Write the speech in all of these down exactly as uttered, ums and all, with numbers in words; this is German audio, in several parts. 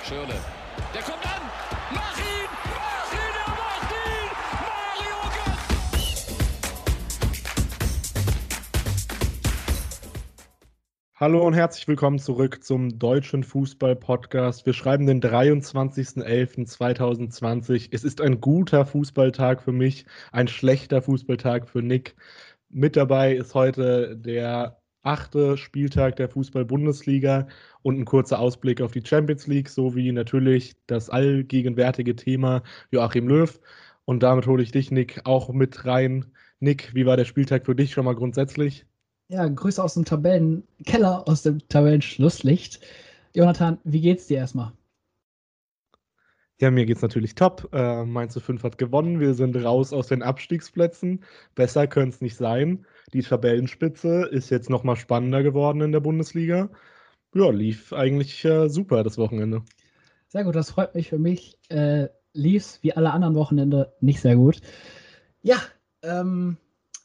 Schürrle. Der kommt an! Mach ihn! Mach ihn! Er macht ihn! Mario Götze! Hallo und herzlich willkommen zurück zum Deutschen Fußball-Podcast. Wir schreiben den dreiundzwanzigsten elften zweitausendzwanzig. Es ist ein guter Fußballtag für mich, ein schlechter Fußballtag für Nick. Mit dabei ist heute der achte Spieltag der Fußball-Bundesliga und ein kurzer Ausblick auf die Champions League, sowie natürlich das allgegenwärtige Thema Joachim Löw. Und damit hole ich dich, Nick, auch mit rein. Nick, wie war der Spieltag für dich schon mal grundsätzlich? Ja, Grüße aus dem Tabellenkeller, aus dem Tabellenschlusslicht. Jonathan, wie geht's dir erstmal? Ja, mir geht's natürlich top. Äh, Mainz null fünf hat gewonnen. Wir sind raus aus den Abstiegsplätzen. Besser könnte es nicht sein. Die Tabellenspitze ist jetzt noch mal spannender geworden in der Bundesliga. Ja, lief eigentlich äh, super das Wochenende. Sehr gut, das freut mich. Für mich äh, lief's wie alle anderen Wochenende nicht sehr gut. Ja, ähm,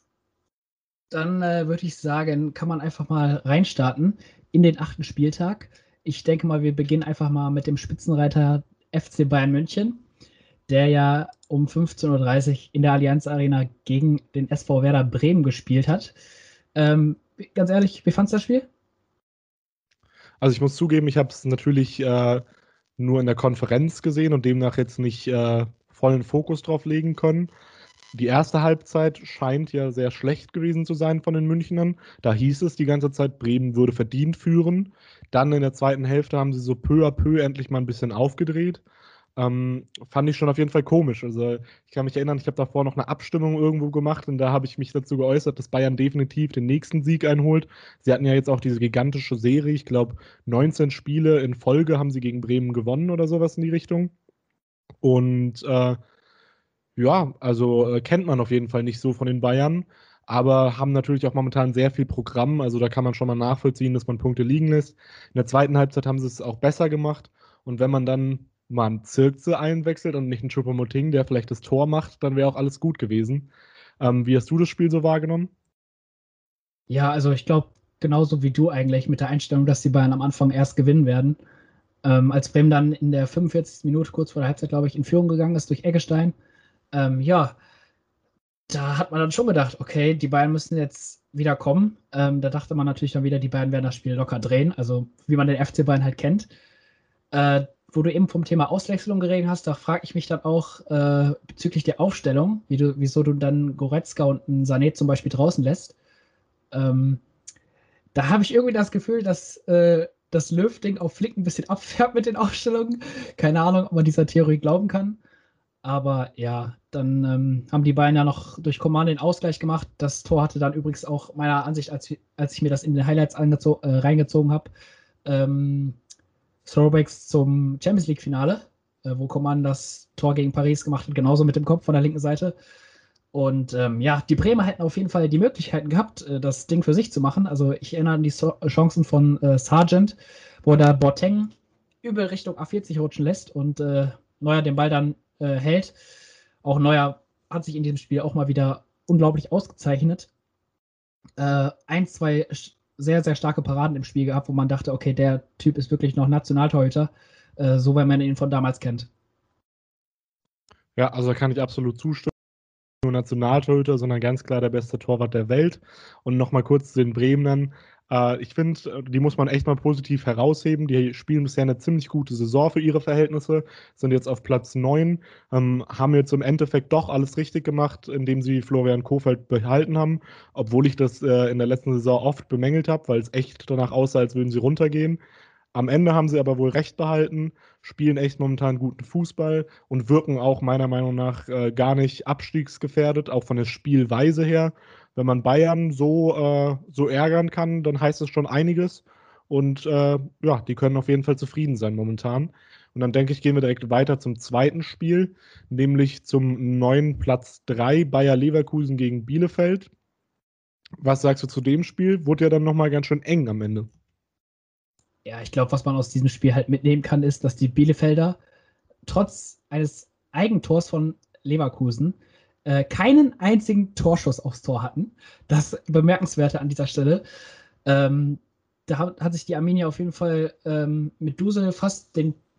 dann äh, würde ich sagen, kann man einfach mal reinstarten in den achten Spieltag. Ich denke mal, wir beginnen einfach mal mit dem Spitzenreiter F C Bayern München, der ja um fünfzehn Uhr dreißig in der Allianz Arena gegen den S V Werder Bremen gespielt hat. Ähm, ganz ehrlich, wie fandst du das Spiel? Also ich muss zugeben, ich habe es natürlich äh, nur in der Konferenz gesehen und demnach jetzt nicht äh, vollen Fokus drauf legen können. Die erste Halbzeit scheint ja sehr schlecht gewesen zu sein von den Münchnern. Da hieß es die ganze Zeit, Bremen würde verdient führen. Dann in der zweiten Hälfte haben sie so peu à peu endlich mal ein bisschen aufgedreht. Ähm, fand ich schon auf jeden Fall komisch. Also ich kann mich erinnern, ich habe davor noch eine Abstimmung irgendwo gemacht und da habe ich mich dazu geäußert, dass Bayern definitiv den nächsten Sieg einholt. Sie hatten ja jetzt auch diese gigantische Serie, ich glaube neunzehn Spiele in Folge haben sie gegen Bremen gewonnen oder sowas in die Richtung. Und äh, ja, also äh, kennt man auf jeden Fall nicht so von den Bayern, aber haben natürlich auch momentan sehr viel Programm. Also da kann man schon mal nachvollziehen, dass man Punkte liegen lässt. In der zweiten Halbzeit haben sie es auch besser gemacht. Und wenn man dann mal einen Zirkse einwechselt und nicht einen Choupo-Moting, der vielleicht das Tor macht, dann wäre auch alles gut gewesen. Ähm, wie hast du das Spiel so wahrgenommen? Ja, also ich glaube, genauso wie du eigentlich mit der Einstellung, dass die Bayern am Anfang erst gewinnen werden. Ähm, als Bremen dann in der fünfundvierzigsten Minute, kurz vor der Halbzeit, glaube ich, in Führung gegangen ist durch Eggestein. Ähm, ja, da hat man dann schon gedacht, okay, die Bayern müssen jetzt wieder kommen. Ähm, da dachte man natürlich dann wieder, die Bayern werden das Spiel locker drehen. Also wie man den F C Bayern halt kennt. Äh, wo du eben vom Thema Auswechslung geredet hast, da frage ich mich dann auch äh, bezüglich der Aufstellung, wie du, wieso du dann Goretzka und einen Sané zum Beispiel draußen lässt. Ähm, da habe ich irgendwie das Gefühl, dass äh, das Löw-Ding auf Flick ein bisschen abfärbt mit den Aufstellungen. Keine Ahnung, ob man dieser Theorie glauben kann. Aber ja, dann ähm, haben die Bayern ja noch durch Coman den Ausgleich gemacht. Das Tor hatte dann übrigens auch meiner Ansicht, als, als ich mir das in den Highlights äh, reingezogen habe, ähm, Throwbacks zum Champions League-Finale, äh, wo Coman das Tor gegen Paris gemacht hat, genauso mit dem Kopf von der linken Seite. Und ähm, ja, die Bremer hätten auf jeden Fall die Möglichkeiten gehabt, äh, das Ding für sich zu machen. Also ich erinnere an die so Chancen von äh, Sargent, wo der Boateng übel Richtung A vierzig rutschen lässt und äh, Neuer den Ball dann äh, hält. Auch Neuer hat sich in diesem Spiel auch mal wieder unglaublich ausgezeichnet. Äh, ein, zwei sehr, sehr starke Paraden im Spiel gehabt, wo man dachte, okay, der Typ ist wirklich noch Nationaltorhüter, äh, so wie man ihn von damals kennt. Ja, also da kann ich absolut zustimmen. Nur Nationaltorhüter, sondern ganz klar der beste Torwart der Welt. Und nochmal kurz zu den Bremenern. Äh, ich finde, die muss man echt mal positiv herausheben. Die spielen bisher eine ziemlich gute Saison für ihre Verhältnisse, sind jetzt auf Platz neun, ähm, haben jetzt im Endeffekt doch alles richtig gemacht, indem sie Florian Kohfeldt behalten haben, obwohl ich das äh, in der letzten Saison oft bemängelt habe, weil es echt danach aussah, als würden sie runtergehen. Am Ende haben sie aber wohl recht behalten, spielen echt momentan guten Fußball und wirken auch meiner Meinung nach äh, gar nicht abstiegsgefährdet, auch von der Spielweise her. Wenn man Bayern so, äh, so ärgern kann, dann heißt es schon einiges. Und äh, ja, die können auf jeden Fall zufrieden sein momentan. Und dann denke ich, gehen wir direkt weiter zum zweiten Spiel, nämlich zum neuen Platz drei Bayer Leverkusen gegen Bielefeld. Was sagst du zu dem Spiel? Wurde ja dann nochmal ganz schön eng am Ende. Ja, ich glaube, was man aus diesem Spiel halt mitnehmen kann, ist, dass die Bielefelder trotz eines Eigentors von Leverkusen äh, keinen einzigen Torschuss aufs Tor hatten. Das Bemerkenswerte an dieser Stelle. Ähm, da hat, hat sich die Arminia auf jeden Fall ähm, mit Dusel fast den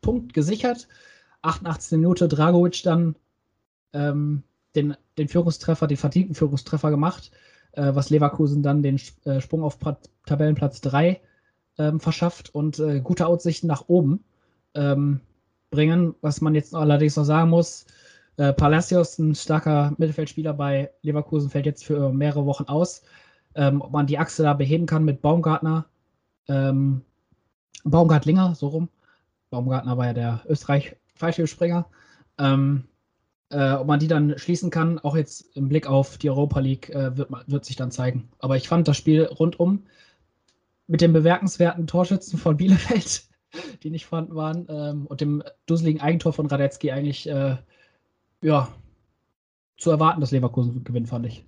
Punkt gesichert. achtundachtzigste Minute Dragovic dann ähm, den, den Führungstreffer, den verdienten Führungstreffer gemacht, äh, was Leverkusen dann den äh, Sprung auf Pra- Tabellenplatz drei ähm, verschafft und äh, gute Aussichten nach oben ähm, bringen. Was man jetzt allerdings noch sagen muss, äh, Palacios, ein starker Mittelfeldspieler bei Leverkusen, fällt jetzt für mehrere Wochen aus. Ähm, ob man die Achse da beheben kann mit Baumgartner, ähm, Baumgartlinger, so rum. Baumgartner war ja der Österreich-Fallschirmspringer. Ähm, äh, ob man die dann schließen kann, auch jetzt im Blick auf die Europa League, äh, wird, wird sich dann zeigen. Aber ich fand das Spiel rundum mit dem bemerkenswerten Torschützen von Bielefeld, die nicht vorhanden waren, ähm, und dem dusseligen Eigentor von Radetzky eigentlich äh, ja, zu erwarten, dass Leverkusen gewinnt, fand ich.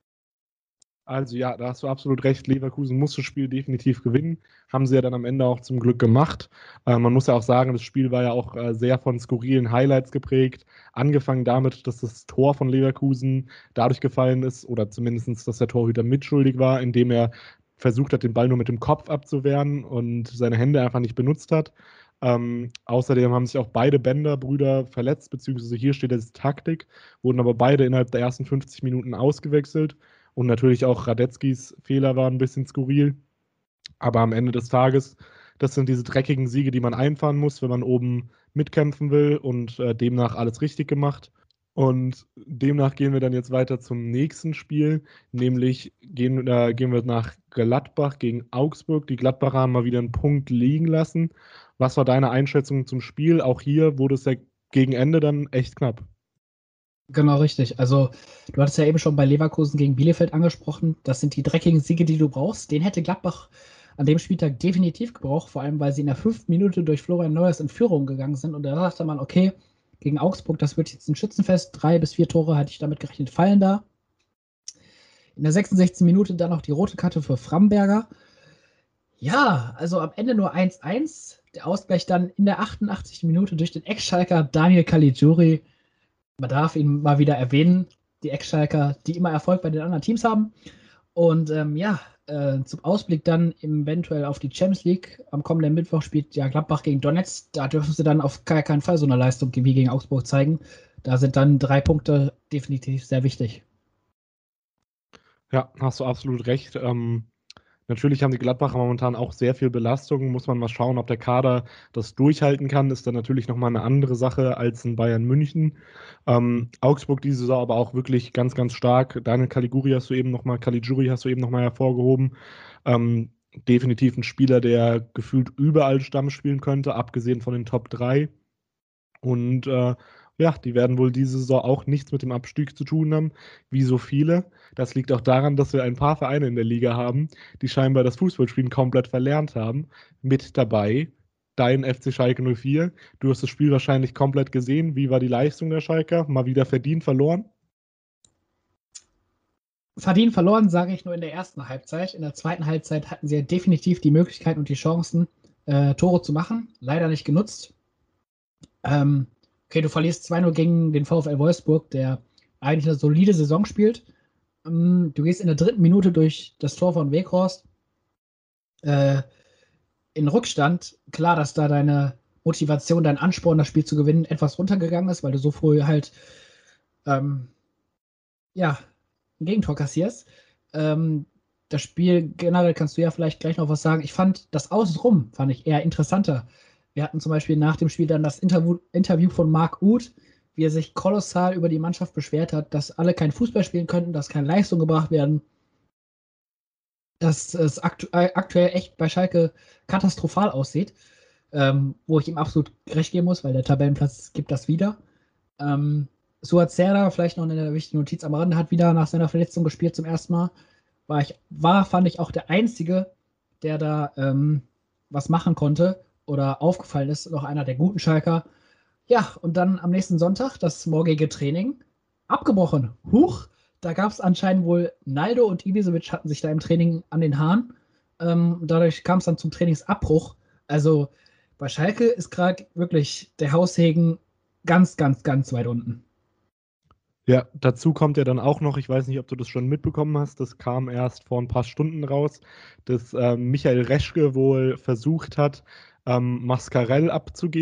Also ja, da hast du absolut recht. Leverkusen muss das Spiel definitiv gewinnen. Haben sie ja dann am Ende auch zum Glück gemacht. Äh, man muss ja auch sagen, das Spiel war ja auch äh, sehr von skurrilen Highlights geprägt. Angefangen damit, dass das Tor von Leverkusen dadurch gefallen ist, oder zumindest, dass der Torhüter mitschuldig war, indem er versucht hat, den Ball nur mit dem Kopf abzuwehren und seine Hände einfach nicht benutzt hat. Ähm, außerdem haben sich auch beide Bender-Brüder verletzt, beziehungsweise hier steht jetzt Taktik, wurden aber beide innerhalb der ersten fünfzig Minuten ausgewechselt. Und natürlich auch Radetzkys Fehler waren ein bisschen skurril. Aber am Ende des Tages, das sind diese dreckigen Siege, die man einfahren muss, wenn man oben mitkämpfen will, und äh, demnach alles richtig gemacht. Und demnach gehen wir dann jetzt weiter zum nächsten Spiel, nämlich gehen, äh, gehen wir nach Gladbach gegen Augsburg. Die Gladbacher haben mal wieder einen Punkt liegen lassen. Was war deine Einschätzung zum Spiel? Auch hier wurde es ja gegen Ende dann echt knapp. Genau, richtig. Also, du hattest ja eben schon bei Leverkusen gegen Bielefeld angesprochen. Das sind die dreckigen Siege, die du brauchst. Den hätte Gladbach an dem Spieltag definitiv gebraucht, vor allem, weil sie in der fünften Minute durch Florian Neuers in Führung gegangen sind. Und da dachte man, okay, gegen Augsburg, das wird jetzt ein Schützenfest. Drei bis vier Tore, hatte ich damit gerechnet, fallen da. In der sechsundsechzigsten Minute dann noch die rote Karte für Framberger. Ja, also am Ende nur eins eins. Der Ausgleich dann in der achtundachtzigsten Minute durch den Ex-Schalker Daniel Caligiuri. Man darf ihn mal wieder erwähnen, die Ex-Schalker, die immer Erfolg bei den anderen Teams haben. Und ähm, ja, äh, zum Ausblick dann eventuell auf die Champions League. Am kommenden Mittwoch spielt ja Gladbach gegen Donetsk. Da dürfen sie dann auf gar keinen Fall so eine Leistung wie gegen Augsburg zeigen. Da sind dann drei Punkte definitiv sehr wichtig. Ja, hast du absolut recht. Ähm, natürlich haben die Gladbacher momentan auch sehr viel Belastung. Muss man mal schauen, ob der Kader das durchhalten kann. Ist dann natürlich nochmal eine andere Sache als in Bayern München. Ähm, Augsburg diese Saison aber auch wirklich ganz, ganz stark. Daniel Caligiuri hast du eben nochmal, Caligiuri hast du eben nochmal hervorgehoben. Ähm, definitiv ein Spieler, der gefühlt überall Stamm spielen könnte, abgesehen von den Top drei. Und äh, ja, die werden wohl diese Saison auch nichts mit dem Abstieg zu tun haben, wie so viele. Das liegt auch daran, dass wir ein paar Vereine in der Liga haben, die scheinbar das Fußballspielen komplett verlernt haben. Mit dabei dein F C Schalke null vier. Du hast das Spiel wahrscheinlich komplett gesehen. Wie war die Leistung der Schalker? Mal wieder verdient verloren? Verdient verloren, sage ich nur in der ersten Halbzeit. In der zweiten Halbzeit hatten sie ja definitiv die Möglichkeiten und die Chancen, äh, Tore zu machen. Leider nicht genutzt. Ähm, okay, du verlierst zwei null gegen den VfL Wolfsburg, der eigentlich eine solide Saison spielt. Ähm, du gehst in der dritten Minute durch das Tor von Weghorst äh, in Rückstand. Klar, dass da deine Motivation, dein Ansporn, das Spiel zu gewinnen, etwas runtergegangen ist, weil du so früh halt ähm, ja, ein Gegentor kassierst. Ähm, das Spiel generell kannst du ja vielleicht gleich noch was sagen. Ich fand das Außenrum, fand ich eher interessanter. Wir hatten zum Beispiel nach dem Spiel dann das Interview, Interview von Marc Uth, wie er sich kolossal über die Mannschaft beschwert hat, dass alle kein Fußball spielen könnten, dass keine Leistung gebracht werden, dass es aktu aktuell echt bei Schalke katastrophal aussieht, ähm, wo ich ihm absolut recht geben muss, weil der Tabellenplatz gibt das wieder. Ähm, Suat Serdar, vielleicht noch eine wichtige Notiz am Rande, hat wieder nach seiner Verletzung gespielt zum ersten Mal. War, ich, war fand ich, auch der Einzige, der da ähm, was machen konnte oder aufgefallen ist, noch einer der guten Schalker. Ja, und dann am nächsten Sonntag das morgige Training abgebrochen. Huch, da gab es anscheinend wohl Naldo und Ibisevic hatten sich da im Training an den Haaren. Ähm, dadurch kam es dann zum Trainingsabbruch. Also bei Schalke ist gerade wirklich der Haussegen ganz, ganz, ganz weit unten. Ja, dazu kommt ja dann auch noch, ich weiß nicht, ob du das schon mitbekommen hast, das kam erst vor ein paar Stunden raus, dass äh, Michael Reschke wohl versucht hat, ähm, Mascarell abzugeben.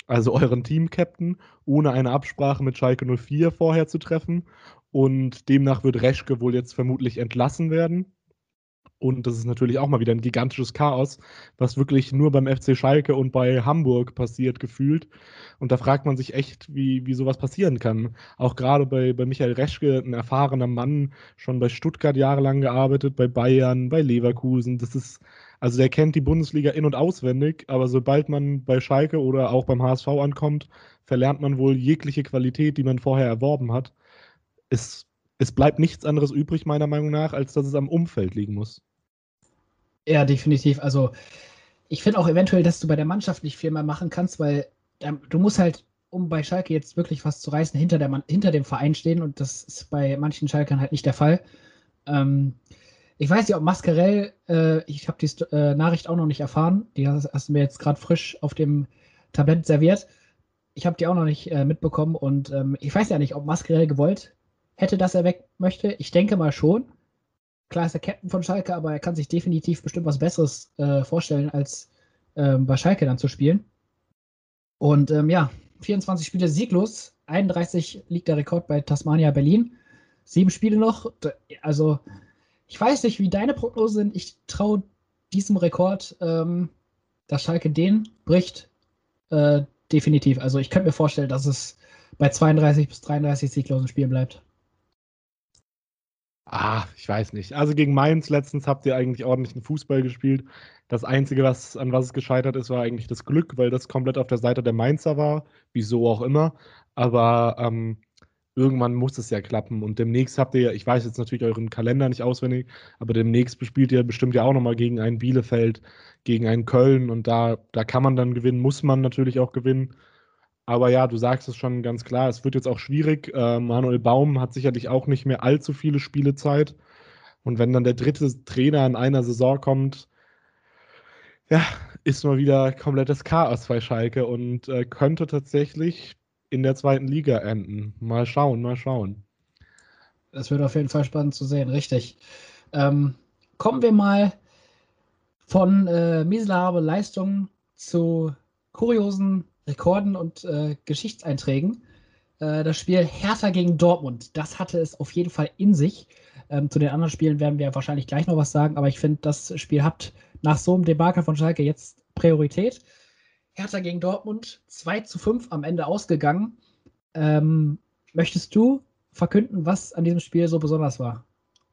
also euren Team-Captain, ohne eine Absprache mit Schalke null vier vorher zu treffen. Und demnach wird Reschke wohl jetzt vermutlich entlassen werden. Und das ist natürlich auch mal wieder ein gigantisches Chaos, was wirklich nur beim F C Schalke und bei Hamburg passiert, gefühlt. Und da fragt man sich echt, wie, wie sowas passieren kann. Auch gerade bei, bei Michael Reschke, ein erfahrener Mann, schon bei Stuttgart jahrelang gearbeitet, bei Bayern, bei Leverkusen. Das ist, also der kennt die Bundesliga in- und auswendig, aber sobald man bei Schalke oder auch beim H S V ankommt, verlernt man wohl jegliche Qualität, die man vorher erworben hat. Es, es bleibt nichts anderes übrig, meiner Meinung nach, als dass es am Umfeld liegen muss. Ja, definitiv. Also ich finde auch eventuell, dass du bei der Mannschaft nicht viel mehr machen kannst, weil ähm, du musst halt, um bei Schalke jetzt wirklich was zu reißen, hinter, der Mann, hinter dem Verein stehen und das ist bei manchen Schalkern halt nicht der Fall. Ähm, ich weiß nicht, ob Mascarell, äh, ich habe die äh, Nachricht auch noch nicht erfahren, die hast, hast du mir jetzt gerade frisch auf dem Tablett serviert. Ich habe die auch noch nicht äh, mitbekommen und ähm, ich weiß ja nicht, ob Mascarell gewollt hätte, dass er weg möchte. Ich denke mal schon. Klar ist er Captain von Schalke, aber er kann sich definitiv bestimmt was Besseres äh, vorstellen, als ähm, bei Schalke dann zu spielen. Und ähm, ja, vierundzwanzig Spiele sieglos, einunddreißig liegt der Rekord bei Tasmania Berlin. Sieben Spiele noch. Also, ich weiß nicht, wie deine Prognosen sind. Ich traue diesem Rekord, ähm, dass Schalke den bricht, äh, definitiv. Also, ich könnte mir vorstellen, dass es bei zweiunddreißig bis dreiunddreißig sieglosen Spielen bleibt. Ah, ich weiß nicht. Also gegen Mainz letztens habt ihr eigentlich ordentlichen Fußball gespielt. Das Einzige, was, an was es gescheitert ist, war eigentlich das Glück, weil das komplett auf der Seite der Mainzer war. Wieso auch immer. Aber ähm, irgendwann muss es ja klappen. Und demnächst habt ihr ja, ich weiß jetzt natürlich euren Kalender nicht auswendig, aber demnächst bespielt ihr bestimmt ja auch nochmal gegen einen Bielefeld, gegen einen Köln. Und da, da kann man dann gewinnen, muss man natürlich auch gewinnen. Aber ja, du sagst es schon ganz klar, es wird jetzt auch schwierig. Äh, Manuel Baum hat sicherlich auch nicht mehr allzu viele Spielezeit. Und wenn dann der dritte Trainer in einer Saison kommt, ja, ist mal wieder komplettes Chaos bei Schalke und äh, könnte tatsächlich in der zweiten Liga enden. Mal schauen, mal schauen. Das wird auf jeden Fall spannend zu sehen, richtig. Ähm, kommen wir mal von äh, miserablen Leistungen zu kuriosen Rekorden und äh, Geschichtseinträgen. Äh, das Spiel Hertha gegen Dortmund, das hatte es auf jeden Fall in sich. Ähm, zu den anderen Spielen werden wir wahrscheinlich gleich noch was sagen, aber ich finde, das Spiel hat nach so einem Debakel von Schalke jetzt Priorität. Hertha gegen Dortmund, zwei zu fünf am Ende ausgegangen. Ähm, möchtest du verkünden, was an diesem Spiel so besonders war?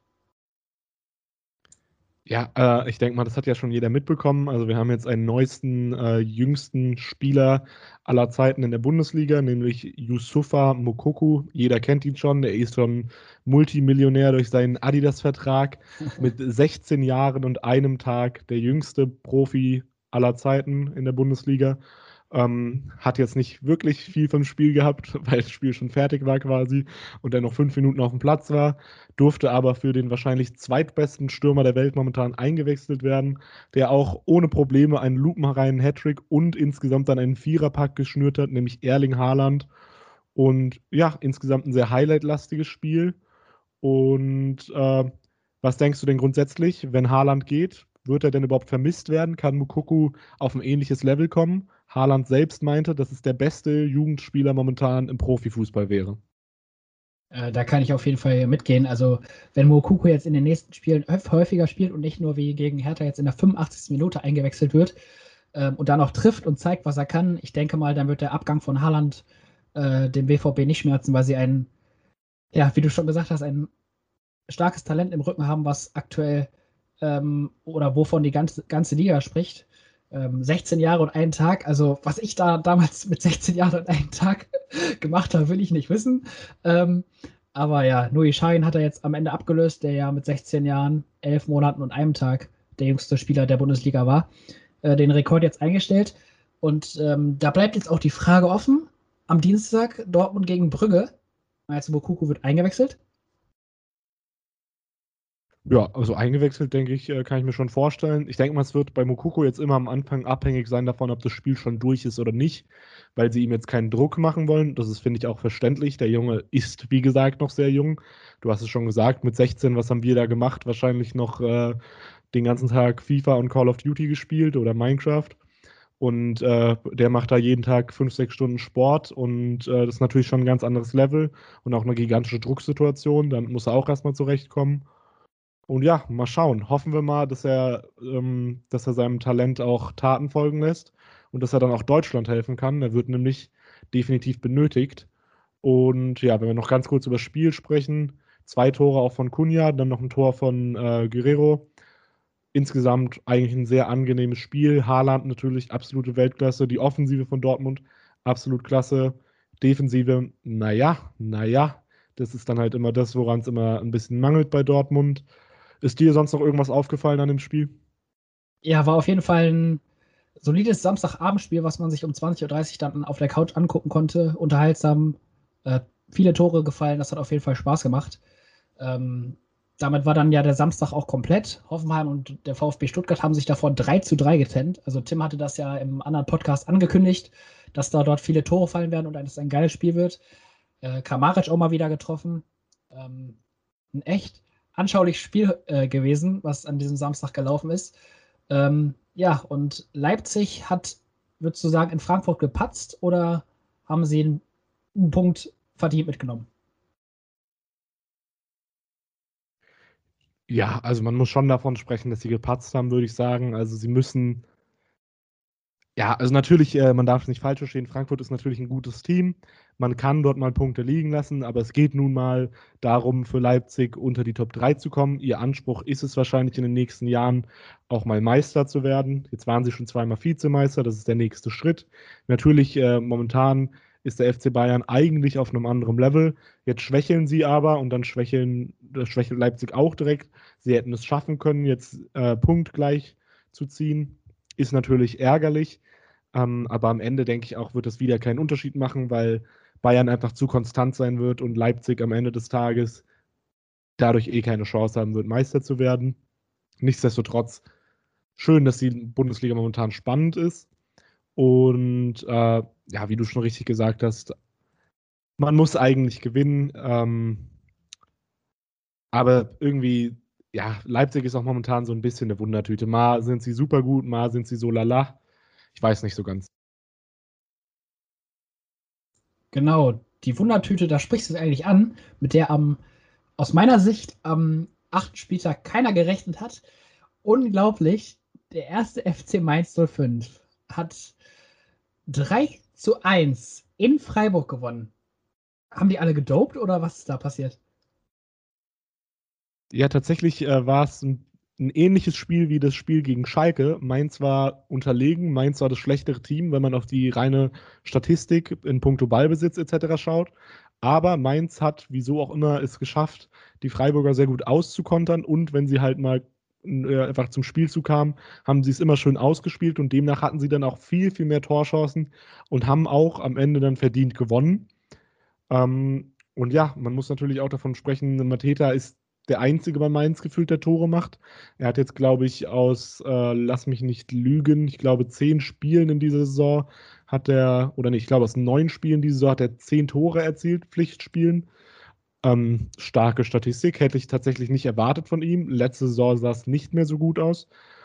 Ja, äh, ich denke mal, das hat ja schon jeder mitbekommen. Also wir haben jetzt einen neuesten, äh, jüngsten Spieler aller Zeiten in der Bundesliga, nämlich Youssoufa Moukoko. Jeder kennt ihn schon. Er ist schon Multimillionär durch seinen Adidas-Vertrag. Mit sechzehn Jahren und einem Tag der jüngste Profi aller Zeiten in der Bundesliga. Ähm, hat jetzt nicht wirklich viel vom Spiel gehabt, weil das Spiel schon fertig war quasi und er noch fünf Minuten auf dem Platz war, durfte aber für den wahrscheinlich zweitbesten Stürmer der Welt momentan eingewechselt werden, der auch ohne Probleme einen lupenreinen Hattrick und insgesamt dann einen Viererpack geschnürt hat, nämlich Erling Haaland. Und ja, insgesamt ein sehr highlightlastiges Spiel. Und äh, was denkst du denn grundsätzlich, wenn Haaland geht? Wird er denn überhaupt vermisst werden? Kann Mukoko auf ein ähnliches Level kommen? Haaland selbst meinte, dass es der beste Jugendspieler momentan im Profifußball wäre. Äh, da kann ich auf jeden Fall mitgehen. Also, wenn Moukoko jetzt in den nächsten Spielen häufiger spielt und nicht nur wie gegen Hertha jetzt in der fünfundachtzigsten Minute eingewechselt wird ähm, und dann auch trifft und zeigt, was er kann, ich denke mal, dann wird der Abgang von Haaland äh, dem B V B nicht schmerzen, weil sie ein, ja, wie du schon gesagt hast, ein starkes Talent im Rücken haben, was aktuell ähm, oder wovon die ganze, ganze Liga spricht. Ähm, sechzehn Jahre und einen Tag, also was ich da damals mit sechzehn Jahren und einem Tag gemacht habe, will ich nicht wissen. Ähm, aber ja, Nuri Sahin hat er jetzt am Ende abgelöst, der ja mit sechzehn Jahren, elf Monaten und einem Tag der jüngste Spieler der Bundesliga war, äh, den Rekord jetzt eingestellt. Und ähm, da bleibt jetzt auch die Frage offen, am Dienstag Dortmund gegen Brügge. Also Moukoko wird eingewechselt. Ja, also eingewechselt, denke ich, äh, kann ich mir schon vorstellen. Ich denke mal, es wird bei Moukoko jetzt immer am Anfang abhängig sein davon, ob das Spiel schon durch ist oder nicht, weil sie ihm jetzt keinen Druck machen wollen. Das ist, finde ich, auch verständlich. Der Junge ist, wie gesagt, noch sehr jung. Du hast es schon gesagt, mit sechzehn, was haben wir da gemacht? Wahrscheinlich noch äh, den ganzen Tag FIFA und Call of Duty gespielt oder Minecraft. Und äh, der macht da jeden Tag fünf, sechs Stunden Sport und äh, das ist natürlich schon ein ganz anderes Level und auch eine gigantische Drucksituation. Dann muss er auch erstmal zurechtkommen. Und ja, mal schauen. Hoffen wir mal, dass er, ähm, dass er seinem Talent auch Taten folgen lässt und dass er dann auch Deutschland helfen kann. Er wird nämlich definitiv benötigt. Und ja, wenn wir noch ganz kurz über das Spiel sprechen, zwei Tore auch von Cunha, dann noch ein Tor von äh, Guerrero. Insgesamt eigentlich ein sehr angenehmes Spiel. Haaland natürlich absolute Weltklasse. Die Offensive von Dortmund absolut klasse. Defensive, naja, naja. Das ist dann halt immer das, woran es immer ein bisschen mangelt bei Dortmund. Ist dir sonst noch irgendwas aufgefallen an dem Spiel? Ja, war auf jeden Fall ein solides Samstagabendspiel, was man sich um zwanzig Uhr dreißig dann auf der Couch angucken konnte. Unterhaltsam, äh, viele Tore gefallen, das hat auf jeden Fall Spaß gemacht. Ähm, damit war dann ja der Samstag auch komplett. Hoffenheim und der VfB Stuttgart haben sich davor drei zu drei getrennt. Also Tim hatte das ja im anderen Podcast angekündigt, dass da dort viele Tore fallen werden und dass es ein geiles Spiel wird. Äh, Kramaric auch mal wieder getroffen. Ähm, ein echt anschauliches Spiel äh, gewesen, was an diesem Samstag gelaufen ist. Ähm, ja, und Leipzig hat, würdest du sagen, in Frankfurt gepatzt oder haben sie einen, einen Punkt verdient mitgenommen? Ja, also man muss schon davon sprechen, dass sie gepatzt haben, würde ich sagen. Also sie müssen, ja, also natürlich, äh, man darf es nicht falsch verstehen, Frankfurt ist natürlich ein gutes Team. Man kann dort mal Punkte liegen lassen, aber es geht nun mal darum, für Leipzig unter die Top drei zu kommen. Ihr Anspruch ist es wahrscheinlich in den nächsten Jahren auch mal Meister zu werden. Jetzt waren sie schon zweimal Vizemeister, das ist der nächste Schritt. Natürlich, äh, momentan ist der F C Bayern eigentlich auf einem anderen Level. Jetzt schwächeln sie aber und dann schwächeln, das schwächelt Leipzig auch direkt. Sie hätten es schaffen können, jetzt äh, punktgleich zu ziehen. Ist natürlich ärgerlich. Ähm, aber am Ende denke ich auch, wird das wieder keinen Unterschied machen, weil Bayern einfach zu konstant sein wird und Leipzig am Ende des Tages dadurch eh keine Chance haben wird, Meister zu werden. Nichtsdestotrotz schön, dass die Bundesliga momentan spannend ist. Und äh, ja, wie du schon richtig gesagt hast, man muss eigentlich gewinnen. Ähm, aber irgendwie, ja, Leipzig ist auch momentan so ein bisschen eine Wundertüte. Mal sind sie super gut, mal sind sie so lala. Ich weiß nicht so ganz. Genau, die Wundertüte, da sprichst du es eigentlich an, mit der am, aus meiner Sicht am achten Spieltag keiner gerechnet hat. Unglaublich, der erste F C Mainz null fünf hat drei zu eins in Freiburg gewonnen. Haben die alle gedopt oder was ist da passiert? Ja, tatsächlich äh, war es ein, ein ähnliches Spiel wie das Spiel gegen Schalke. Mainz war unterlegen, Mainz war das schlechtere Team, wenn man auf die reine Statistik in puncto Ballbesitz et cetera schaut. Aber Mainz hat, wieso auch immer, es geschafft, die Freiburger sehr gut auszukontern und wenn sie halt mal äh, einfach zum Spielzug kamen, haben sie es immer schön ausgespielt und demnach hatten sie dann auch viel, viel mehr Torchancen und haben auch am Ende dann verdient gewonnen. Ähm, und ja, man muss natürlich auch davon sprechen, Mateta ist der Einzige bei Mainz gefühlt, der Tore macht. Er hat jetzt, glaube ich, aus, äh, lass mich nicht lügen, ich glaube, zehn Spielen in dieser Saison hat er, oder nicht, ich glaube, aus neun Spielen diese Saison hat er zehn Tore erzielt, Pflichtspielen. Ähm, starke Statistik, hätte ich tatsächlich nicht erwartet von ihm. Letzte Saison sah es nicht mehr so gut aus.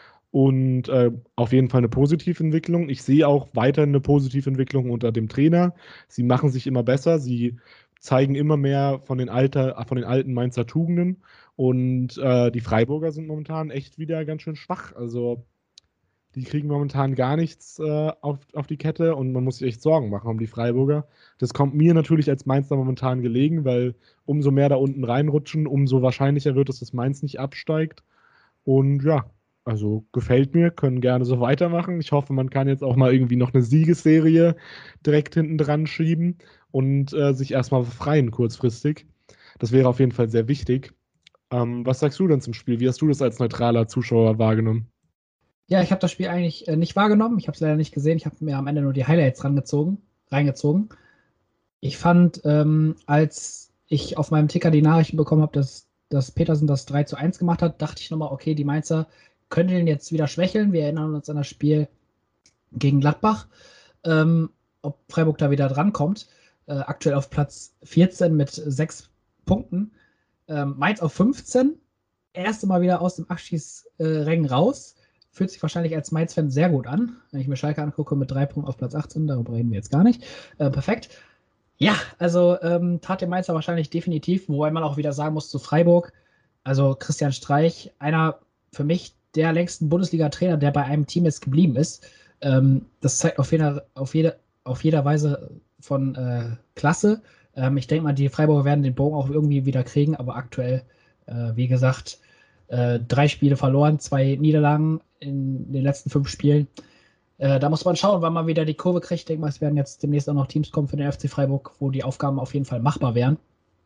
Und äh, auf jeden Fall eine Positiventwicklung. Ich sehe auch weiterhin eine Positiventwicklung unter dem Trainer. Sie machen sich immer besser. Sie zeigen immer mehr von den, alter, von den alten Mainzer Tugenden. Und äh, die Freiburger sind momentan echt wieder ganz schön schwach. Also die kriegen momentan gar nichts äh, auf, auf die Kette und man muss sich echt Sorgen machen um die Freiburger. Das kommt mir natürlich als Mainzer momentan gelegen, weil umso mehr da unten reinrutschen, umso wahrscheinlicher wird es, dass Mainz nicht absteigt. Und ja, also gefällt mir, können gerne so weitermachen. Ich hoffe, man kann jetzt auch mal irgendwie noch eine Siegesserie direkt hinten dran schieben und äh, sich erstmal befreien kurzfristig. Das wäre auf jeden Fall sehr wichtig. Ähm, was sagst du denn zum Spiel? Wie hast du das als neutraler Zuschauer wahrgenommen? Ja, ich habe das Spiel eigentlich äh, nicht wahrgenommen. Ich habe es leider nicht gesehen. Ich habe mir am Ende nur die Highlights rangezogen, reingezogen. Ich fand, ähm, als ich auf meinem Ticker die Nachrichten bekommen habe, dass, dass Petersen das drei zu eins gemacht hat, dachte ich nochmal, okay, die Mainzer können jetzt wieder schwächeln. Wir erinnern uns an das Spiel gegen Gladbach. Ähm, ob Freiburg da wieder drankommt. Äh, aktuell auf Platz vierzehn mit sechs Punkten. Ähm, Mainz auf fünfzehn. Erste Mal wieder aus dem Abschießrängen raus. fühlt sich wahrscheinlich als Mainz-Fan sehr gut an. Wenn ich mir Schalke angucke mit drei Punkten auf Platz achtzehn, darüber reden wir jetzt gar nicht. Äh, perfekt. Ja, also ähm, tat dem Mainzer wahrscheinlich definitiv, wobei man auch wieder sagen muss zu Freiburg, also Christian Streich, einer für mich der längsten Bundesliga-Trainer, der bei einem Team jetzt geblieben ist. Ähm, das zeigt auf jeder, auf, jede, auf jeder Weise von äh, Klasse. Ähm, ich denke mal, die Freiburger werden den Bogen auch irgendwie wieder kriegen, aber aktuell, äh, wie gesagt, äh, drei Spiele verloren, zwei Niederlagen in den letzten fünf Spielen. Äh, da muss man schauen, wann man wieder die Kurve kriegt. Ich denke mal, es werden jetzt demnächst auch noch Teams kommen für den F C Freiburg, wo die Aufgaben auf jeden Fall machbar wären.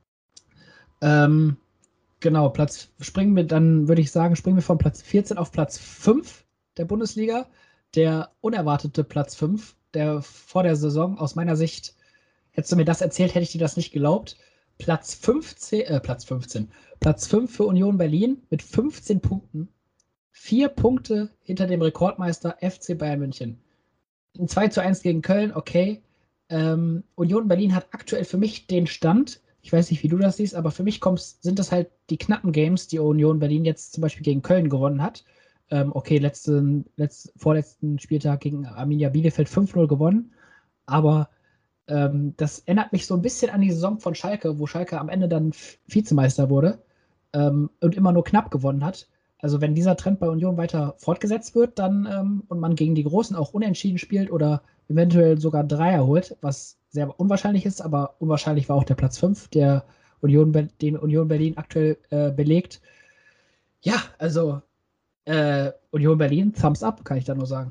Ähm, genau, Platz springen wir, dann würde ich sagen, springen wir von Platz vierzehn auf Platz fünf der Bundesliga. Der unerwartete Platz fünf, der vor der Saison aus meiner Sicht, hättest du mir das erzählt, hätte ich dir das nicht geglaubt. Platz fünfzehn, äh, Platz fünfzehn, Platz fünf für Union Berlin mit fünfzehn Punkten. Vier Punkte hinter dem Rekordmeister F C Bayern München. Ein zwei zu eins gegen Köln, okay. Ähm, Union Berlin hat aktuell für mich den Stand, ich weiß nicht, wie du das siehst, aber für mich kommst, sind das halt die knappen Games, die Union Berlin jetzt zum Beispiel gegen Köln gewonnen hat. Ähm, okay, letzten, letzt, vorletzten Spieltag gegen Arminia Bielefeld fünf null gewonnen, aber ähm, das erinnert mich so ein bisschen an die Saison von Schalke, wo Schalke am Ende dann Vizemeister wurde ähm, und immer nur knapp gewonnen hat. Also wenn dieser Trend bei Union weiter fortgesetzt wird, dann ähm, und man gegen die Großen auch unentschieden spielt oder eventuell sogar Dreier holt, was sehr unwahrscheinlich ist, aber unwahrscheinlich war auch der Platz fünf, der Union, den Union Berlin aktuell äh, belegt. Ja, also äh, Union Berlin, Thumbs up, kann ich da nur sagen.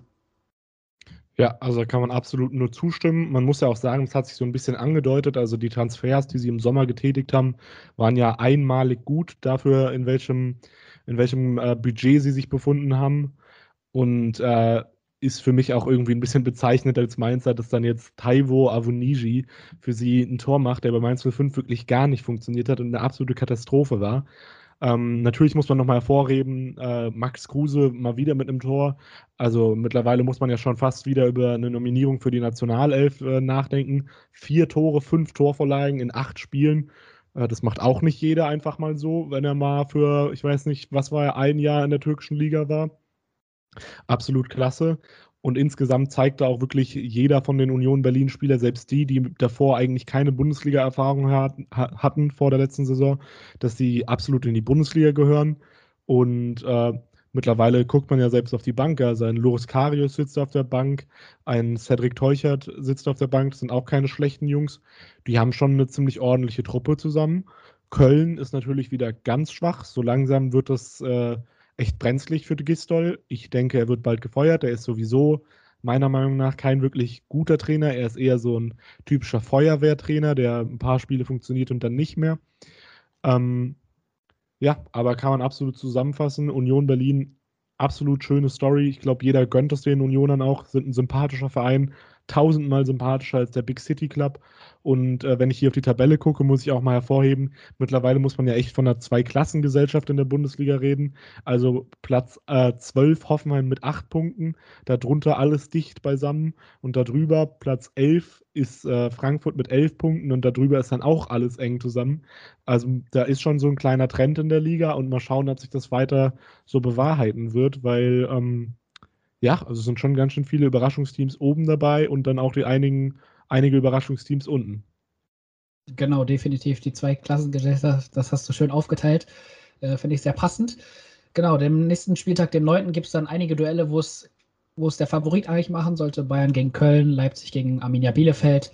Ja, also da kann man absolut nur zustimmen. Man muss ja auch sagen, es hat sich so ein bisschen angedeutet, also die Transfers, die sie im Sommer getätigt haben, waren ja einmalig gut dafür, in welchem, in welchem äh, Budget sie sich befunden haben. Und äh, ist für mich auch irgendwie ein bisschen bezeichnet als Mainzer, dass dann jetzt Taiwo Avoniji für sie ein Tor macht, der bei Mainz null fünf wirklich gar nicht funktioniert hat und eine absolute Katastrophe war. Ähm, natürlich muss man nochmal hervorheben, äh, Max Kruse mal wieder mit einem Tor. Also mittlerweile muss man ja schon fast wieder über eine Nominierung für die Nationalelf äh, nachdenken. Vier Tore, fünf Torvorlagen in acht Spielen. Äh, das macht auch nicht jeder einfach mal so, wenn er mal für, ich weiß nicht, was war er, ein Jahr in der türkischen Liga war. Absolut klasse. Und insgesamt zeigte auch wirklich jeder von den Union Berlin-Spielern, selbst die, die davor eigentlich keine Bundesliga-Erfahrung hat, hatten vor der letzten Saison, dass sie absolut in die Bundesliga gehören. Und äh, mittlerweile guckt man ja selbst auf die Bank. Also ein Loris Karius sitzt auf der Bank, ein Cedric Teuchert sitzt auf der Bank. Das sind auch keine schlechten Jungs. Die haben schon eine ziemlich ordentliche Truppe zusammen. Köln ist natürlich wieder ganz schwach. So langsam wird das äh, echt brenzlig für de Gistol. Ich denke, er wird bald gefeuert. Er ist sowieso meiner Meinung nach kein wirklich guter Trainer. Er ist eher so ein typischer Feuerwehrtrainer, der ein paar Spiele funktioniert und dann nicht mehr. Ähm, ja, aber kann man absolut zusammenfassen. Union Berlin, absolut schöne Story. Ich glaube, jeder gönnt es den Unionern auch. Sind ein sympathischer Verein, tausendmal sympathischer als der Big City Club. Und äh, wenn ich hier auf die Tabelle gucke, muss ich auch mal hervorheben, mittlerweile muss man ja echt von einer Zweiklassengesellschaft in der Bundesliga reden. Also Platz äh, zwölf Hoffenheim mit acht Punkten, darunter alles dicht beisammen. Und darüber Platz elf ist äh, Frankfurt mit elf Punkten und darüber ist dann auch alles eng zusammen. Also da ist schon so ein kleiner Trend in der Liga und mal schauen, ob sich das weiter so bewahrheiten wird, weil ähm, ja, also es sind schon ganz schön viele Überraschungsteams oben dabei und dann auch die einigen, einige Überraschungsteams unten. Genau, definitiv die zwei Klassengesellschaft, das hast du schön aufgeteilt. Äh, Finde ich sehr passend. Genau, dem nächsten Spieltag, dem neunten, gibt es dann einige Duelle, wo es wo es der Favorit eigentlich machen sollte. Bayern gegen Köln, Leipzig gegen Arminia Bielefeld.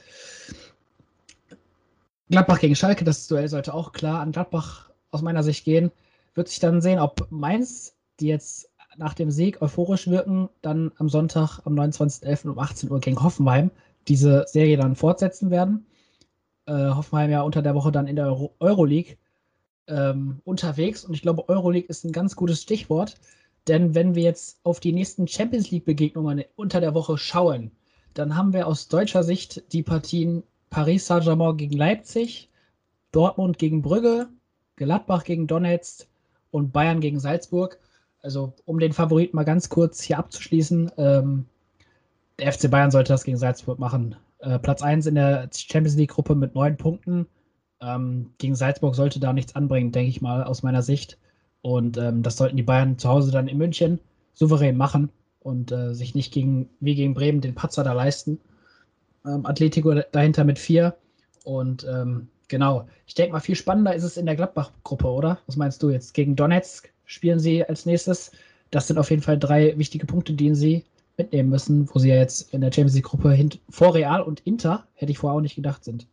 Gladbach gegen Schalke, das Duell sollte auch klar an Gladbach aus meiner Sicht gehen. Wird sich dann sehen, ob Mainz, die jetzt nach dem Sieg euphorisch wirken, dann am Sonntag, am neunundzwanzigsten elften um achtzehn Uhr gegen Hoffenheim diese Serie dann fortsetzen werden. Äh, Hoffenheim ja unter der Woche dann in der Euro- Euroleague ähm, unterwegs. Und ich glaube, Euroleague ist ein ganz gutes Stichwort. Denn wenn wir jetzt auf die nächsten Champions League-Begegnungen unter der Woche schauen, dann haben wir aus deutscher Sicht die Partien Paris Saint-Germain gegen Leipzig, Dortmund gegen Brügge, Gladbach gegen Donetsk und Bayern gegen Salzburg. Also um den Favoriten mal ganz kurz hier abzuschließen, ähm, der F C Bayern sollte das gegen Salzburg machen. Äh, Platz eins in der Champions League-Gruppe mit neun Punkten. Ähm, gegen Salzburg sollte da nichts anbringen, denke ich mal, aus meiner Sicht. Und ähm, das sollten die Bayern zu Hause dann in München souverän machen und äh, sich nicht gegen, wie gegen Bremen den Patzer da leisten. Ähm, Atletico dahinter mit vier. Und ähm, genau, ich denke mal, viel spannender ist es in der Gladbach-Gruppe, oder? Was meinst du jetzt? Gegen Donetsk spielen sie als nächstes. Das sind auf jeden Fall drei wichtige Punkte, die sie mitnehmen müssen, wo sie ja jetzt in der Champions League-Gruppe vor Real und Inter, hätte ich vorher auch nicht gedacht, sind.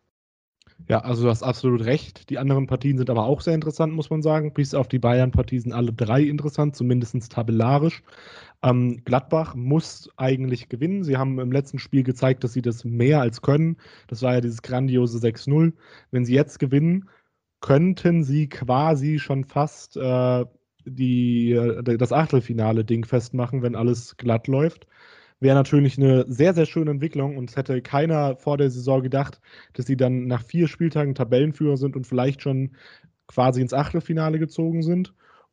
Ja, also du hast absolut recht. Die anderen Partien sind aber auch sehr interessant, muss man sagen. Bis auf die Bayern-Partien sind alle drei interessant, zumindest tabellarisch. Ähm, Gladbach muss eigentlich gewinnen. Sie haben im letzten Spiel gezeigt, dass sie das mehr als können. Das war ja dieses grandiose sechs null. Wenn sie jetzt gewinnen, könnten sie quasi schon fast äh, die, äh, das Achtelfinale-Ding festmachen, wenn alles glatt läuft. Wäre natürlich eine sehr, sehr schöne Entwicklung und es hätte keiner vor der Saison gedacht, dass sie dann nach vier Spieltagen Tabellenführer sind und vielleicht schon quasi ins Achtelfinale gezogen sind.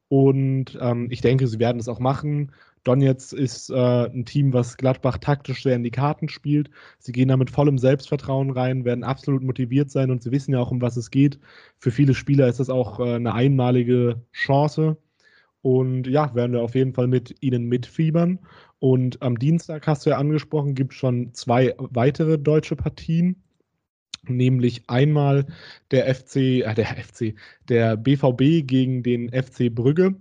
Und ähm, ich denke, sie werden es auch machen. Donetsk ist äh, ein Team, was Gladbach taktisch sehr in die Karten spielt. Sie gehen da mit vollem Selbstvertrauen rein, werden absolut motiviert sein und sie wissen ja auch, um was es geht. Für viele Spieler ist das auch äh, eine einmalige Chance. Und ja, werden wir auf jeden Fall mit ihnen mitfiebern. Und am Dienstag, hast du ja angesprochen, gibt es schon zwei weitere deutsche Partien. Nämlich einmal der F C, äh, der F C, der B V B gegen den F C Brügge.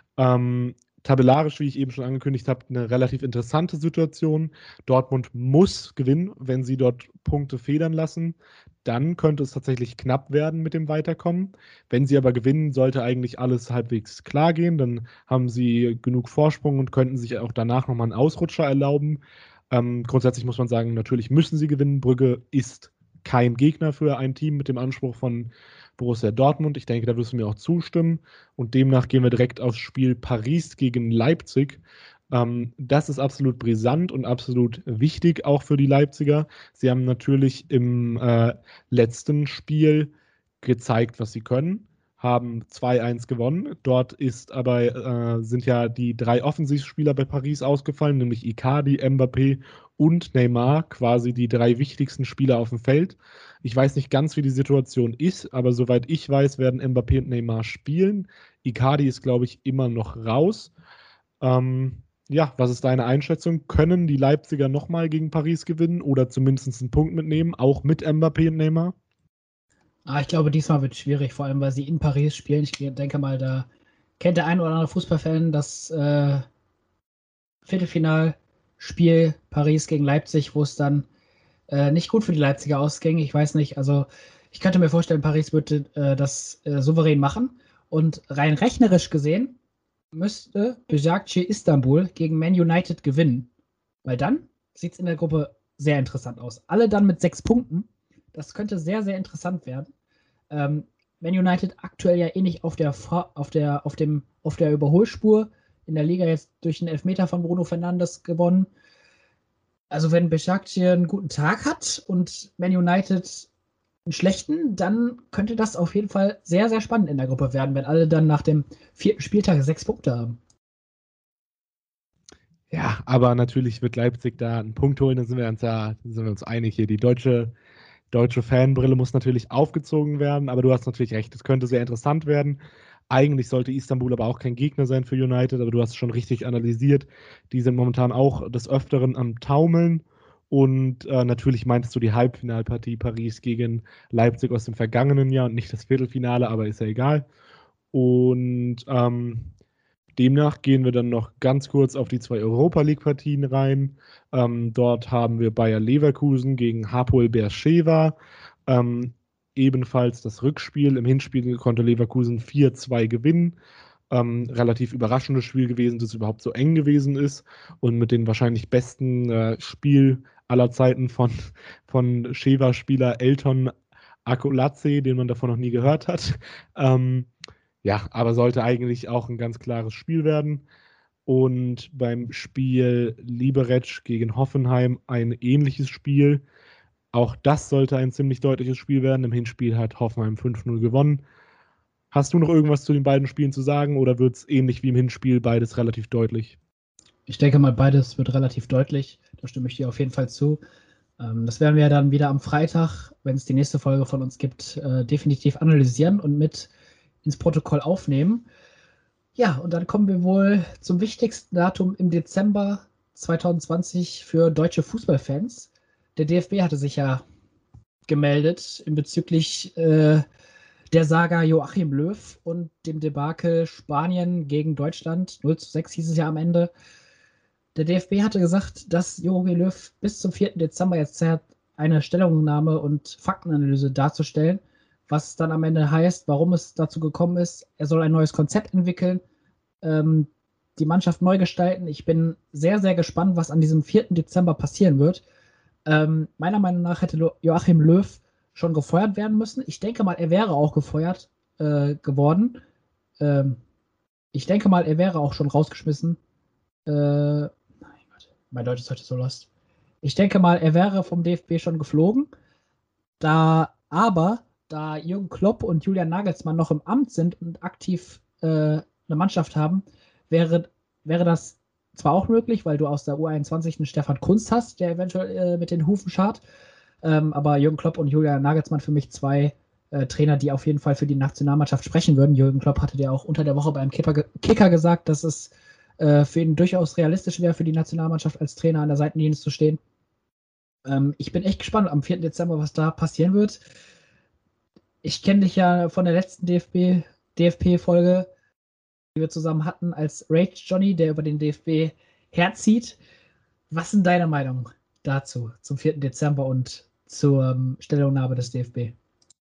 Ähm, tabellarisch, wie ich eben schon angekündigt habe, eine relativ interessante Situation. Dortmund muss gewinnen, wenn sie dort Punkte federn lassen. Dann könnte es tatsächlich knapp werden mit dem Weiterkommen. Wenn sie aber gewinnen, sollte eigentlich alles halbwegs klar gehen. Dann haben sie genug Vorsprung und könnten sich auch danach nochmal einen Ausrutscher erlauben. Ähm, grundsätzlich muss man sagen, natürlich müssen sie gewinnen. Brügge ist kein Gegner für ein Team mit dem Anspruch von Borussia Dortmund. Ich denke, da wirst du mir auch zustimmen. Und demnach gehen wir direkt aufs Spiel Paris gegen Leipzig. Ähm, das ist absolut brisant und absolut wichtig, auch für die Leipziger. Sie haben natürlich im äh, letzten Spiel gezeigt, was sie können, haben zwei eins gewonnen. Dort ist aber, äh, sind ja die drei Offensivspieler bei Paris ausgefallen, nämlich Icardi, Mbappé und Neymar, quasi die drei wichtigsten Spieler auf dem Feld. Ich weiß nicht ganz, wie die Situation ist, aber soweit ich weiß, werden Mbappé und Neymar spielen. Icardi ist, glaube ich, immer noch raus. Ähm, ja, was ist deine Einschätzung? Können die Leipziger nochmal gegen Paris gewinnen oder zumindest einen Punkt mitnehmen, auch mit Mbappé und Neymar? Ah, ich glaube, diesmal wird es schwierig, vor allem, weil sie in Paris spielen. Ich denke mal, da kennt der ein oder andere Fußballfan das äh, Viertelfinalspiel Paris gegen Leipzig, wo es dann äh, nicht gut für die Leipziger ausging. Ich weiß nicht, also ich könnte mir vorstellen, Paris würde äh, das äh, souverän machen. Und rein rechnerisch gesehen müsste Başakşehir Istanbul gegen Man United gewinnen. Weil dann sieht es in der Gruppe sehr interessant aus. Alle dann mit sechs Punkten. Das könnte sehr, sehr interessant werden. Ähm, Man United aktuell ja eh nicht auf der, auf, der, auf, dem, auf der Überholspur. In der Liga jetzt durch einen Elfmeter von Bruno Fernandes gewonnen. Also wenn Başakşehir einen guten Tag hat und Man United einen schlechten, dann könnte das auf jeden Fall sehr, sehr spannend in der Gruppe werden, wenn alle dann nach dem vierten Spieltag sechs Punkte haben. Ja, aber natürlich wird Leipzig da einen Punkt holen, da sind wir uns ja, sind wir uns einig hier. Die deutsche, deutsche Fanbrille muss natürlich aufgezogen werden, aber du hast natürlich recht, es könnte sehr interessant werden. Eigentlich sollte Istanbul aber auch kein Gegner sein für United, aber du hast es schon richtig analysiert. Die sind momentan auch des Öfteren am Taumeln. Und äh, natürlich meintest du die Halbfinalpartie Paris gegen Leipzig aus dem vergangenen Jahr und nicht das Viertelfinale, aber ist ja egal. Und ähm, demnach gehen wir dann noch ganz kurz auf die zwei Europa League-Partien rein. Ähm, dort haben wir Bayer Leverkusen gegen Hapoel Beersheva. Ähm, ebenfalls das Rückspiel. Im Hinspiel konnte Leverkusen vier zwei gewinnen. Ähm, relativ überraschendes Spiel gewesen, dass es überhaupt so eng gewesen ist. Und mit dem wahrscheinlich besten äh, Spiel aller Zeiten von, von Sheva-Spieler Elton Akoladze, den man davon noch nie gehört hat. Ähm, ja, aber sollte eigentlich auch ein ganz klares Spiel werden. Und beim Spiel Liberec gegen Hoffenheim ein ähnliches Spiel. Auch das sollte ein ziemlich deutliches Spiel werden. Im Hinspiel hat Hoffenheim fünf null gewonnen. Hast du noch irgendwas zu den beiden Spielen zu sagen oder wird es ähnlich wie im Hinspiel beides relativ deutlich? Ich denke mal, beides wird relativ deutlich. Da stimme ich dir auf jeden Fall zu. Ähm, das werden wir dann wieder am Freitag, wenn es die nächste Folge von uns gibt, äh, definitiv analysieren und mit ins Protokoll aufnehmen. Ja, und dann kommen wir wohl zum wichtigsten Datum im Dezember zwanzig zwanzig für deutsche Fußballfans. Der D F B hatte sich ja gemeldet in bezüglich äh, der Saga Joachim Löw und dem Debakel Spanien gegen Deutschland. null zu sechs hieß es ja am Ende. Der D F B hatte gesagt, dass Jogi Löw bis zum vierten Dezember jetzt Zeit hat, eine Stellungnahme und Faktenanalyse darzustellen, was dann am Ende heißt, warum es dazu gekommen ist. Er soll ein neues Konzept entwickeln, ähm, die Mannschaft neu gestalten. Ich bin sehr, sehr gespannt, was an diesem vierten Dezember passieren wird. Ähm, meiner Meinung nach hätte Joachim Löw schon gefeuert werden müssen. Ich denke mal, er wäre auch gefeuert äh, geworden. Ähm, ich denke mal, er wäre auch schon rausgeschmissen. Äh, nein, Gott, mein Deutsch ist heute so lost. Ich denke mal, er wäre vom D F B schon geflogen. Da, aber da Jürgen Klopp und Julian Nagelsmann noch im Amt sind und aktiv äh, eine Mannschaft haben, wäre, wäre das zwar auch möglich, weil du aus der U einundzwanzig einen Stefan Kunst hast, der eventuell äh, mit den Hufen scharrt, ähm, aber Jürgen Klopp und Julian Nagelsmann für mich zwei äh, Trainer, die auf jeden Fall für die Nationalmannschaft sprechen würden. Jürgen Klopp hatte ja auch unter der Woche beim Kicker, Kicker gesagt, dass es äh, für ihn durchaus realistisch wäre, für die Nationalmannschaft als Trainer an der Seitenlinie zu stehen. Ähm, ich bin echt gespannt am vierten Dezember, was da passieren wird. Ich kenne dich ja von der letzten D F B, D F P-Folge, die wir zusammen hatten, als Rage Johnny, der über den D F B herzieht. Was sind deine Meinungen dazu, zum vierten Dezember und zur ähm, Stellungnahme des D F B?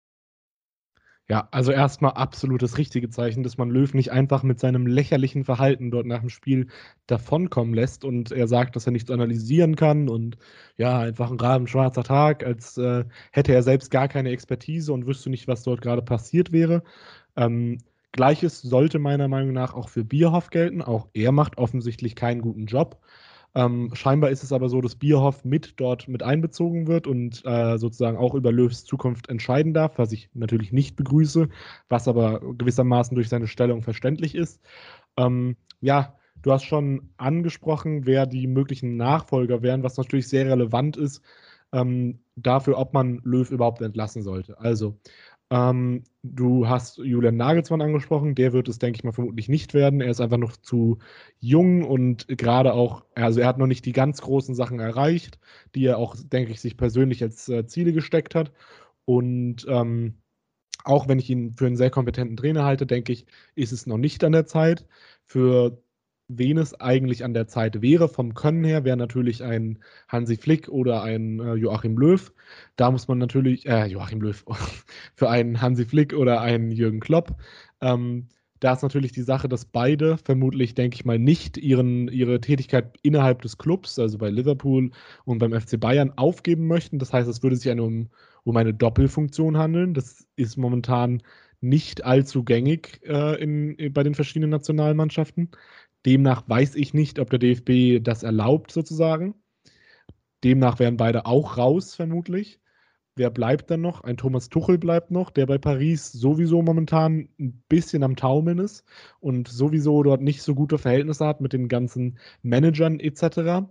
Ja, also erstmal absolut das richtige Zeichen, dass man Löw nicht einfach mit seinem lächerlichen Verhalten dort nach dem Spiel davonkommen lässt und er sagt, dass er nichts analysieren kann und ja, einfach ein rabenschwarzer Tag, als äh, hätte er selbst gar keine Expertise und wüsste nicht, was dort gerade passiert wäre. Ähm, Gleiches sollte meiner Meinung nach auch für Bierhoff gelten. Auch er macht offensichtlich keinen guten Job. Ähm, scheinbar ist es aber so, dass Bierhoff mit dort mit einbezogen wird und äh, sozusagen auch über Löws Zukunft entscheiden darf, was ich natürlich nicht begrüße, was aber gewissermaßen durch seine Stellung verständlich ist. Ähm, ja, du hast schon angesprochen, wer die möglichen Nachfolger wären, was natürlich sehr relevant ist ähm, dafür, ob man Löw überhaupt entlassen sollte. Also, ähm, du hast Julian Nagelsmann angesprochen, der wird es, denke ich mal, vermutlich nicht werden. Er ist einfach noch zu jung und gerade auch, also er hat noch nicht die ganz großen Sachen erreicht, die er auch, denke ich, sich persönlich als äh, Ziele gesteckt hat. Und ähm, auch wenn ich ihn für einen sehr kompetenten Trainer halte, denke ich, ist es noch nicht an der Zeit. Für wen es eigentlich an der Zeit wäre, vom Können her, wäre natürlich ein Hansi Flick oder ein äh, Joachim Löw. Da muss man natürlich, äh, Joachim Löw, für einen Hansi Flick oder einen Jürgen Klopp. Ähm, da ist natürlich die Sache, dass beide vermutlich, denke ich mal, nicht ihren, ihre Tätigkeit innerhalb des Clubs, also bei Liverpool und beim F C Bayern, aufgeben möchten. Das heißt, es würde sich eine, um, um eine Doppelfunktion handeln. Das ist momentan nicht allzu gängig äh, in, bei den verschiedenen Nationalmannschaften. Demnach weiß ich nicht, ob der D F B das erlaubt, sozusagen. Demnach wären beide auch raus, vermutlich. Wer bleibt dann noch? Ein Thomas Tuchel bleibt noch, der bei Paris sowieso momentan ein bisschen am Taumeln ist und sowieso dort nicht so gute Verhältnisse hat mit den ganzen Managern et cetera.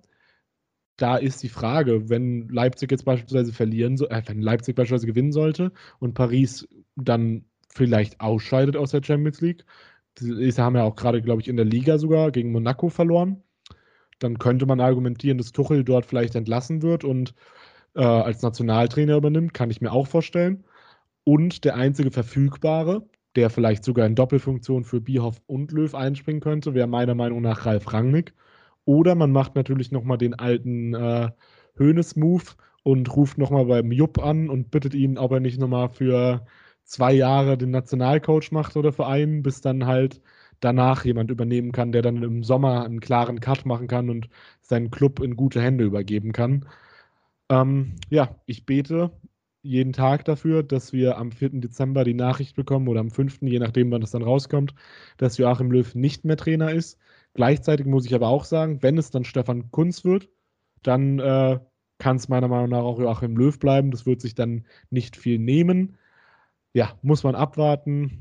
Da ist die Frage, wenn Leipzig jetzt beispielsweise verlieren, so, äh, wenn Leipzig beispielsweise gewinnen sollte und Paris dann vielleicht ausscheidet aus der Champions League, sie haben ja auch gerade, glaube ich, in der Liga sogar gegen Monaco verloren, dann könnte man argumentieren, dass Tuchel dort vielleicht entlassen wird und äh, als Nationaltrainer übernimmt, kann ich mir auch vorstellen. Und der einzige Verfügbare, der vielleicht sogar in Doppelfunktion für Bierhoff und Löw einspringen könnte, wäre meiner Meinung nach Ralf Rangnick. Oder man macht natürlich nochmal den alten äh, Hoeneß-Move und ruft nochmal beim Jupp an und bittet ihn, ob er nicht nochmal für zwei Jahre den Nationalcoach macht oder für einen, bis dann halt danach jemand übernehmen kann, der dann im Sommer einen klaren Cut machen kann und seinen Club in gute Hände übergeben kann. Ähm, ja, ich bete jeden Tag dafür, dass wir am vierten Dezember die Nachricht bekommen oder am fünften, je nachdem, wann das dann rauskommt, dass Joachim Löw nicht mehr Trainer ist. Gleichzeitig muss ich aber auch sagen, wenn es dann Stefan Kuntz wird, dann äh, kann es meiner Meinung nach auch Joachim Löw bleiben. Das wird sich dann nicht viel nehmen. Ja, muss man abwarten.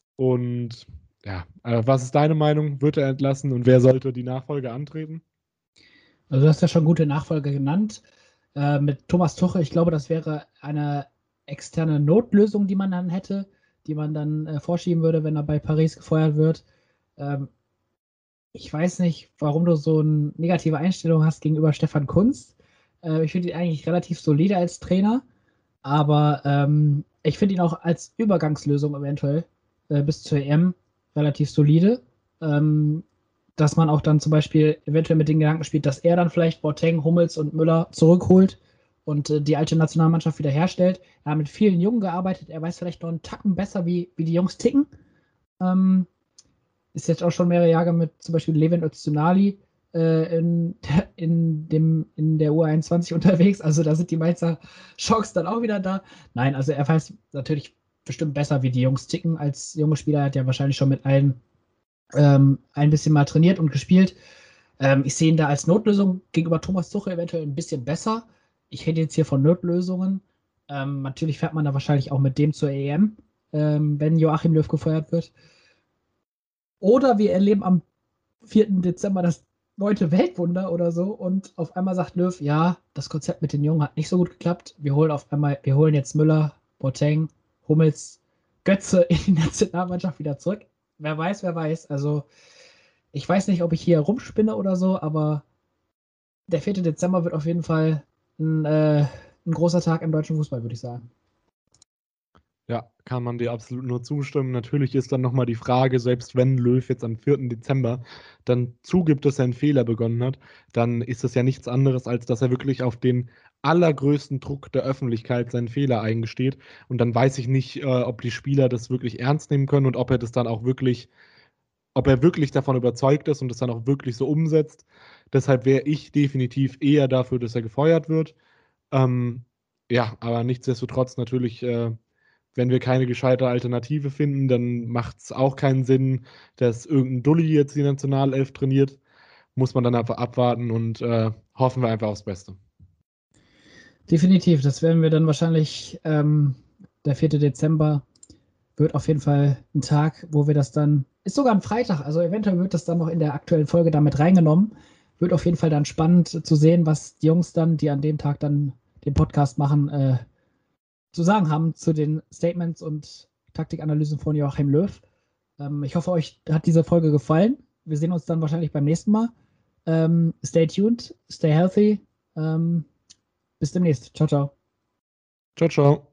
Und ja, äh, was ist deine Meinung? Wird er entlassen und wer sollte die Nachfolge antreten? Also du hast ja schon gute Nachfolger genannt. Äh, mit Thomas Tuchel, ich glaube, das wäre eine externe Notlösung, die man dann hätte, die man dann äh, vorschieben würde, wenn er bei Paris gefeuert wird. Ähm, ich weiß nicht, warum du so eine negative Einstellung hast gegenüber Stefan Kunz. Äh, ich finde ihn eigentlich relativ solide als Trainer, aber ähm, ich finde ihn auch als Übergangslösung eventuell äh, bis zur E M relativ solide. Ähm, dass man auch dann zum Beispiel eventuell mit den Gedanken spielt, dass er dann vielleicht Boateng, Hummels und Müller zurückholt und äh, die alte Nationalmannschaft wiederherstellt. Er hat mit vielen Jungen gearbeitet, er weiß vielleicht noch einen Tacken besser, wie, wie die Jungs ticken. Ähm, ist jetzt auch schon mehrere Jahre mit zum Beispiel Levin Öztunali äh, in, in, dem, in der U einundzwanzig unterwegs. Also da sind die Mainzer Schocks dann auch wieder da. Nein, also er weiß natürlich bestimmt besser, wie die Jungs ticken als junge Spieler. Er hat ja wahrscheinlich schon mit allen ähm, ein bisschen mal trainiert und gespielt. Ähm, ich sehe ihn da als Notlösung gegenüber Thomas Tuchel eventuell ein bisschen besser. Ich rede jetzt hier von Notlösungen. Ähm, natürlich fährt man da wahrscheinlich auch mit dem zur E M, ähm, wenn Joachim Löw gefeuert wird. Oder wir erleben am vierten Dezember das neunte Weltwunder oder so und auf einmal sagt Löw, ja, das Konzept mit den Jungen hat nicht so gut geklappt. Wir holen auf einmal, wir holen jetzt Müller, Boateng, Hummels, Götze in die Nationalmannschaft wieder zurück. Wer weiß, wer weiß. Also ich weiß nicht, ob ich hier rumspinne oder so, aber der vierte Dezember wird auf jeden Fall ein, äh, ein großer Tag im deutschen Fußball, würde ich sagen. Ja, kann man dir absolut nur zustimmen. Natürlich ist dann nochmal die Frage, selbst wenn Löw jetzt am vierten Dezember dann zugibt, dass er einen Fehler begonnen hat, dann ist das ja nichts anderes, als dass er wirklich auf den allergrößten Druck der Öffentlichkeit seinen Fehler eingesteht. Und dann weiß ich nicht, äh, ob die Spieler das wirklich ernst nehmen können und ob er das dann auch wirklich, ob er wirklich davon überzeugt ist und das dann auch wirklich so umsetzt. Deshalb wäre ich definitiv eher dafür, dass er gefeuert wird. Ähm, ja, aber nichtsdestotrotz natürlich, äh, wenn wir keine gescheite Alternative finden, dann macht es auch keinen Sinn, dass irgendein Dulli jetzt die Nationalelf trainiert. Muss man dann einfach abwarten und äh, hoffen wir einfach aufs Beste. Definitiv, das werden wir dann wahrscheinlich, ähm, der vierte Dezember wird auf jeden Fall ein Tag, wo wir das dann, ist sogar ein Freitag, also eventuell wird das dann noch in der aktuellen Folge damit reingenommen. Wird auf jeden Fall dann spannend zu sehen, was die Jungs dann, die an dem Tag dann den Podcast machen, äh, zu sagen haben zu den Statements und Taktikanalysen von Joachim Löw. Ähm, ich hoffe, euch hat diese Folge gefallen. Wir sehen uns dann wahrscheinlich beim nächsten Mal. Ähm, stay tuned, stay healthy. Ähm, bis demnächst. Ciao, ciao. Ciao, ciao.